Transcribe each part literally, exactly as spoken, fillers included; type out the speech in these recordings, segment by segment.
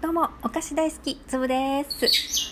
どうも、お菓子大好き、つぶです。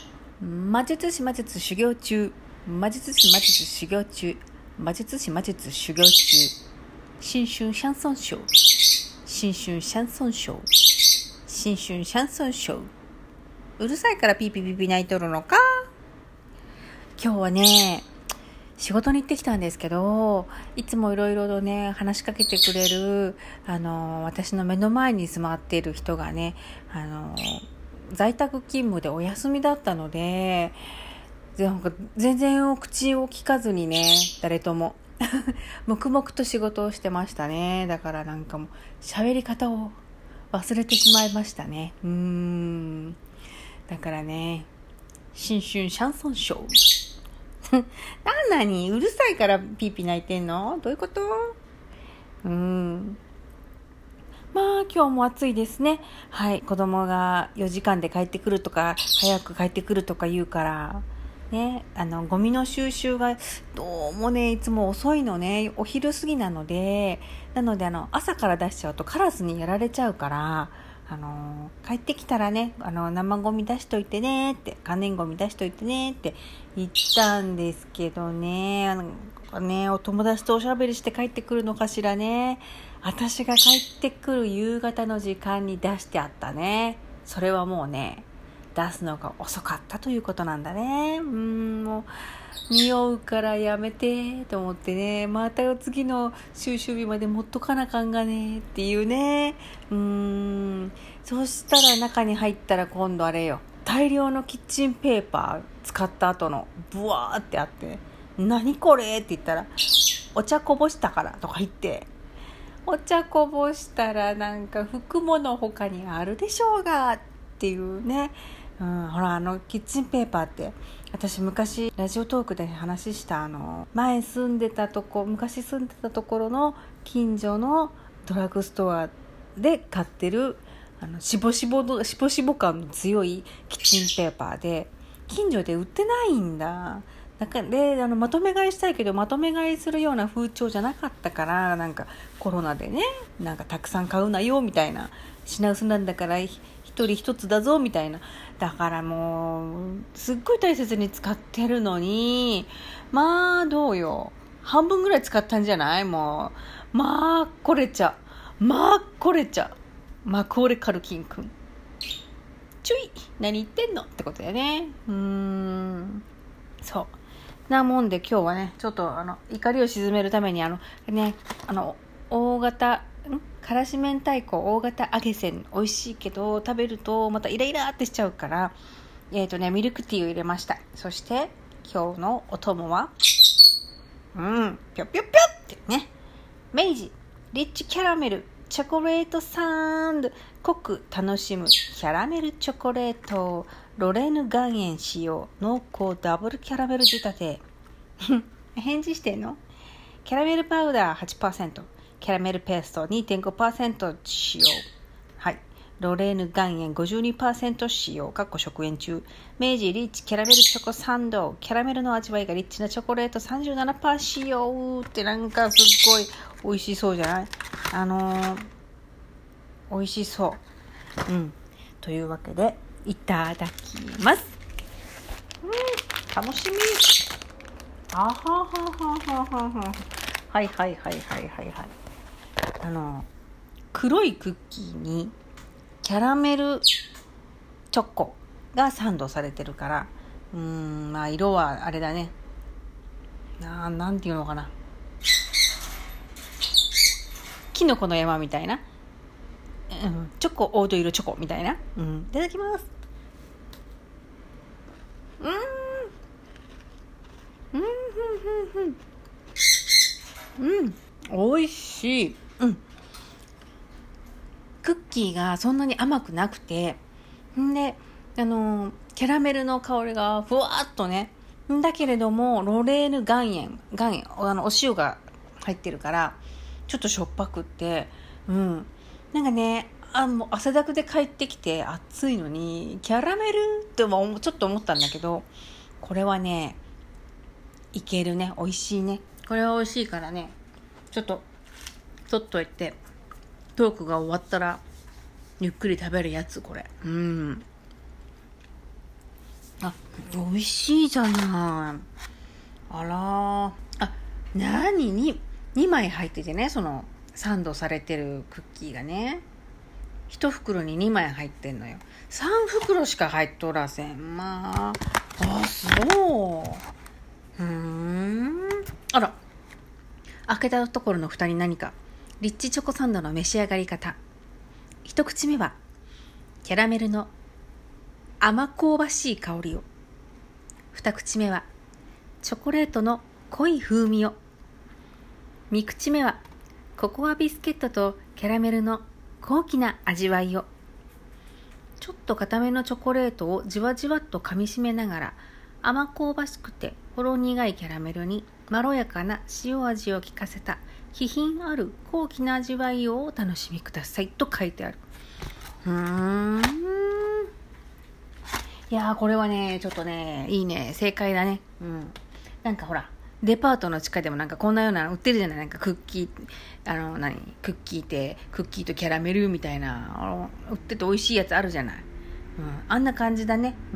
魔術師魔術修行中。魔術師魔術修行中。魔術師魔術修行中。新春シャンソンショー。新春シャンソンショー。新春シャンソンショー。うるさいからピーピーピーピー泣いとるのか。今日はね、仕事に行ってきたんですけど、いつもいろいろとね、話しかけてくれる、あの、私の目の前に座っている人がね、あの、在宅勤務でお休みだったので、なんか全然お口を聞かずにね、誰とも、黙々と仕事をしてましたね。だからなんかもう、喋り方を忘れてしまいましたね。うーん。だからね、新春シャンソンショー。なんなにうるさいからピーピー泣いてんの？どういうこと？うーん。まあ今日も暑いですね。はい、子供がよじかんで帰ってくるとか早く帰ってくるとか言うからね、あのゴミの収集がどうもねいつも遅いのね。お昼過ぎなので、なのであの朝から出しちゃうとカラスにやられちゃうから。あの帰ってきたらね、あの生ゴミ出しといてねって、可燃ゴミ出しといてねって言ったんですけどね、あのね、お友達とおしゃべりして帰ってくるのかしらね。私が帰ってくる夕方の時間に出してあったね。それはもうね、出すのが遅かったということなんだね。うーん、もう匂うからやめてと思ってね、また次の収集日まで持っとかなあかんがねっていうね。うーん、そしたら中に入ったら今度あれよ、大量のキッチンペーパー使った後のブワーってあって、何これって言ったら、お茶こぼしたからとか言って、お茶こぼしたらなんか拭くもの他にあるでしょうがっていうね。うん、ほらあのキッチンペーパーって私昔ラジオトークで話した、あの前住んでたとこ昔住んでたところの近所のドラッグストアで買ってるあのしぼしぼのしぼしぼ感の強いキッチンペーパーで、近所で売ってないんだ。なんかであのまとめ買いしたいけどまとめ買いするような風潮じゃなかったから、なんかコロナでね、なんかたくさん買うなよみたいな、品薄なんだから一人一つだぞみたいな。だからもうすっごい大切に使ってるのに、まあどうよ、半分ぐらい使ったんじゃない？もうまあこれちゃまあこれちゃまあこれカルキンくんちょい何言ってんのってことだよね。うーん、そうなもんで今日はね、ちょっとあの怒りを鎮めるためにあのね、あの大型んからし明太子大型揚げせん美味しいけど食べるとまたイライラってしちゃうから、えーとねミルクティーを入れました。そして今日のお供はうんぴょぴょぴょってね、明治リッチキャラメルチョコレートサンド、濃く楽しむキャラメルチョコレート、ロレーヌ岩塩使用、濃厚ダブルキャラメル仕立て。返事してんの？キャラメルパウダー はちパーセント、キャラメルペースト にてんごパーセント 使用。はい。ロレーヌ岩塩 ごじゅうにパーセント 使用、かっこ食塩中。明治リッチキャラメルチョコサンド、キャラメルの味わいがリッチなチョコレート さんじゅうななパーセント 使用って、なんかすっごい美味しそうじゃない？あのー、美味しそう。うん。というわけで、いただきます。うん、楽しみ。あはははははは。はいはいはいはいはいはい。あの、黒いクッキーにキャラメルチョコがサンドされてるから、うーん、まあ色はあれだね。な、なんていうのかな。キノコの山みたいな。うん、チョコ黄土色チョコみたいな。うん、いただきます。うーん。うんふんふんふん。うん、美味しい。うん。クッキーがそんなに甘くなくて、んで、あのキャラメルの香りがふわっとね。だけれどもロレーヌ岩塩、岩塩、あのお塩が入ってるからちょっとしょっぱくって、うん、なんかね、あもう汗だくで帰ってきて暑いのにキャラメルってもちょっと思ったんだけど、これはねいけるね、美味しいね。これは美味しいからね、ちょっと取っといてトークが終わったらゆっくり食べるやつこれ。うん。あ、美味しいじゃない。あらー。あ、なにににまい入っててね、そのサンドされてるクッキーがね、一袋ににまい入ってんのよ。さん袋しか入っとらせん。まあ、あ、そう。うーん。あら。開けたところの蓋に何か。リッチチョコサンドの召し上がり方。一口目は、キャラメルの甘香ばしい香りを。二口目は、チョコレートの濃い風味を。三口目は、ココアビスケットとキャラメルの高貴な味わいを。ちょっと固めのチョコレートをじわじわっと噛みしめながら、甘香ばしくてほろ苦いキャラメルにまろやかな塩味を効かせた気品ある高貴な味わいをお楽しみくださいと書いてある。うーん。いやー、これはね、ちょっとね、いいね、正解だね。うん。なんかほら、デパートの地下でもなんかこんなようなの売ってるじゃない。なんかクッキー、あの、何クッキーって、クッキーとキャラメルみたいな、あの売ってて美味しいやつあるじゃない。うん。あんな感じだね。うん。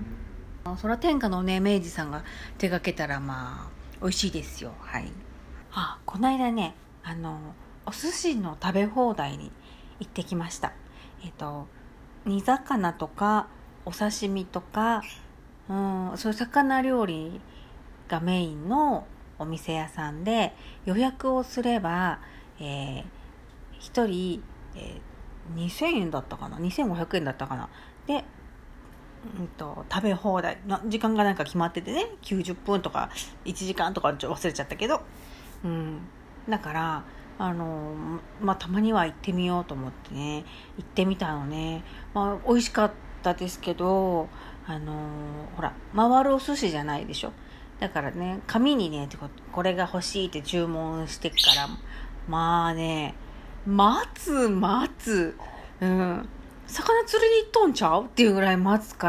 そら天下のね、明治さんが手掛けたらまあ、美味しいですよ。はい。あ、この間ね、あの、お寿司の食べ放題に行ってきました。えっと、煮魚とか、お刺身とか、うん、そういう魚料理がメインのお店屋さんで、予約をすれば、えー、ひとり、えー、にせんえんだったかな、にせんごひゃくえんだったかな。で、うんと、食べ放題の時間がなんか決まっててね、きゅうじゅっぷんとかいちじかんとかちょっと忘れちゃったけど、うん、だからあのまあたまには行ってみようと思ってね、行ってみたのね。まあ美味しかったですけど、あのほら回るお寿司じゃないでしょ。だからね、紙にねこれが欲しいって注文してから、まあね、待つ待つ、うん、魚釣りに行っとんちゃうっていうぐらい待つから、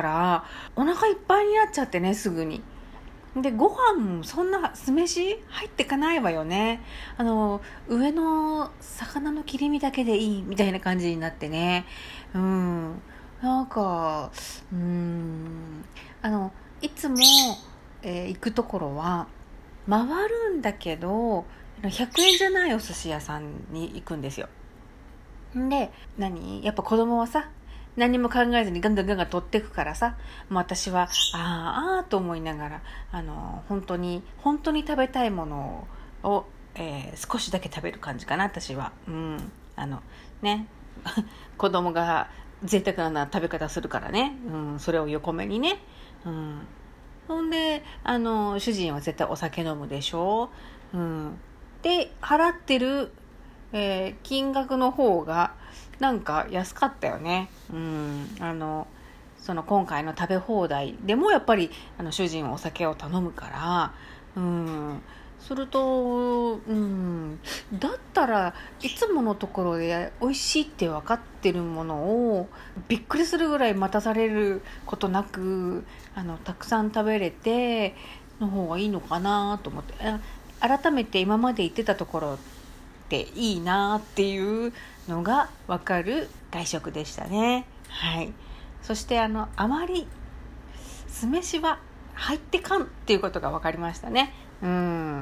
お腹いっぱいになっちゃってね、すぐに。で、ご飯もそんな酢飯入ってかないわよね。あの、上の魚の切り身だけでいいみたいな感じになってね。うん。なんか、うん。あの、いつも、えー行くところは、回るんだけど、ひゃくえんじゃないお寿司屋さんに行くんですよ。んで、何やっぱ子供はさ、何も考えずにガンガンガンガン取ってくからさ、もう私は、あーあーと思いながら、あの、本当に、本当に食べたいものを、えー少しだけ食べる感じかな、私は。うん。あの、ね、子供が贅沢な食べ方するからね、うん、それを横目にね。うん。ほんで、あの、主人は絶対お酒飲むでしょ。うん。で、払ってるえー金額の方がなんか安かったよね。うん、あのその今回の食べ放題でもやっぱりあの主人はお酒を頼むから、うん、すると、うん、だったらいつものところで美味しいって分かってるものをびっくりするぐらい待たされることなく、あのたくさん食べれての方がいいのかなと思って、改めて今まで行ってたところっていいなっていうのが分かる外食でしたね。はい。そしてあのあまり酢飯は入ってかんっていうことが分かりましたね。うん。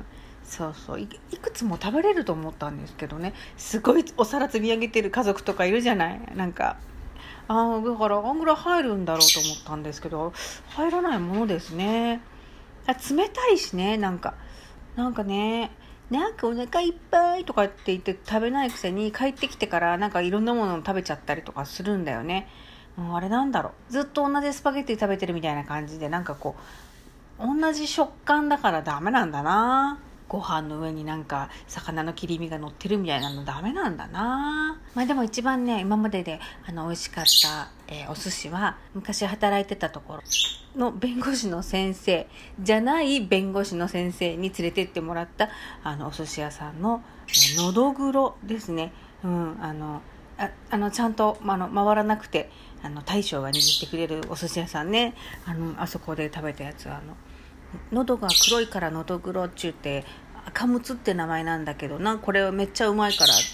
そうそう、 い, いくつも食べれると思ったんですけどね、すごいお皿積み上げてる家族とかいるじゃない。なんかあだからあんぐらい入るんだろうと思ったんですけど、入らないものですね。あ、冷たいしね、なんかなんかね、なんかお腹いっぱいとかって言って食べないくせに帰ってきてからなんかいろんなものを食べちゃったりとかするんだよね。うん、あれなんだろう、ずっと同じスパゲッティ食べてるみたいな感じで、なんかこう同じ食感だからダメなんだな。ご飯の上になんか魚の切り身が乗ってるみたいなのダメなんだな。まあでも一番ね、今までであの美味しかった、えーお寿司は昔働いてたところの弁護士の先生じゃない弁護士の先生に連れてってもらったあのお寿司屋さんの、えーのどぐろですね。うん、あのああのちゃんと、まあの回らなくてあの大将が握ってくれるお寿司屋さんね。あのあそこで食べたやつはあの喉が黒いからのどぐろっちゅうて赤むつって名前なんだけどな、これめっちゃうまいから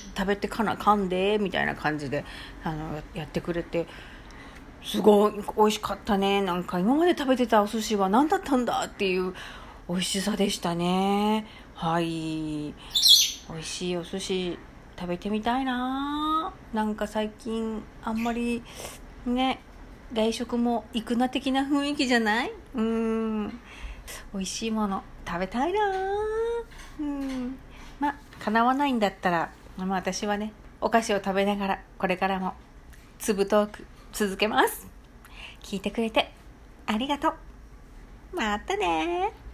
食べてかなかんでみたいな感じであのやってくれて、すごい美味しかったね。なんか今まで食べてたお寿司は何だったんだっていう美味しさでしたね。はい、美味しいお寿司食べてみたいな。なんか最近あんまりね、外食も行くな的な雰囲気じゃない？うーん、美味しいもの食べたいな。うん、まあ叶わないんだったら、まあ、私はねお菓子を食べながらこれからも粒トーク続けます。聞いてくれてありがとう。またね。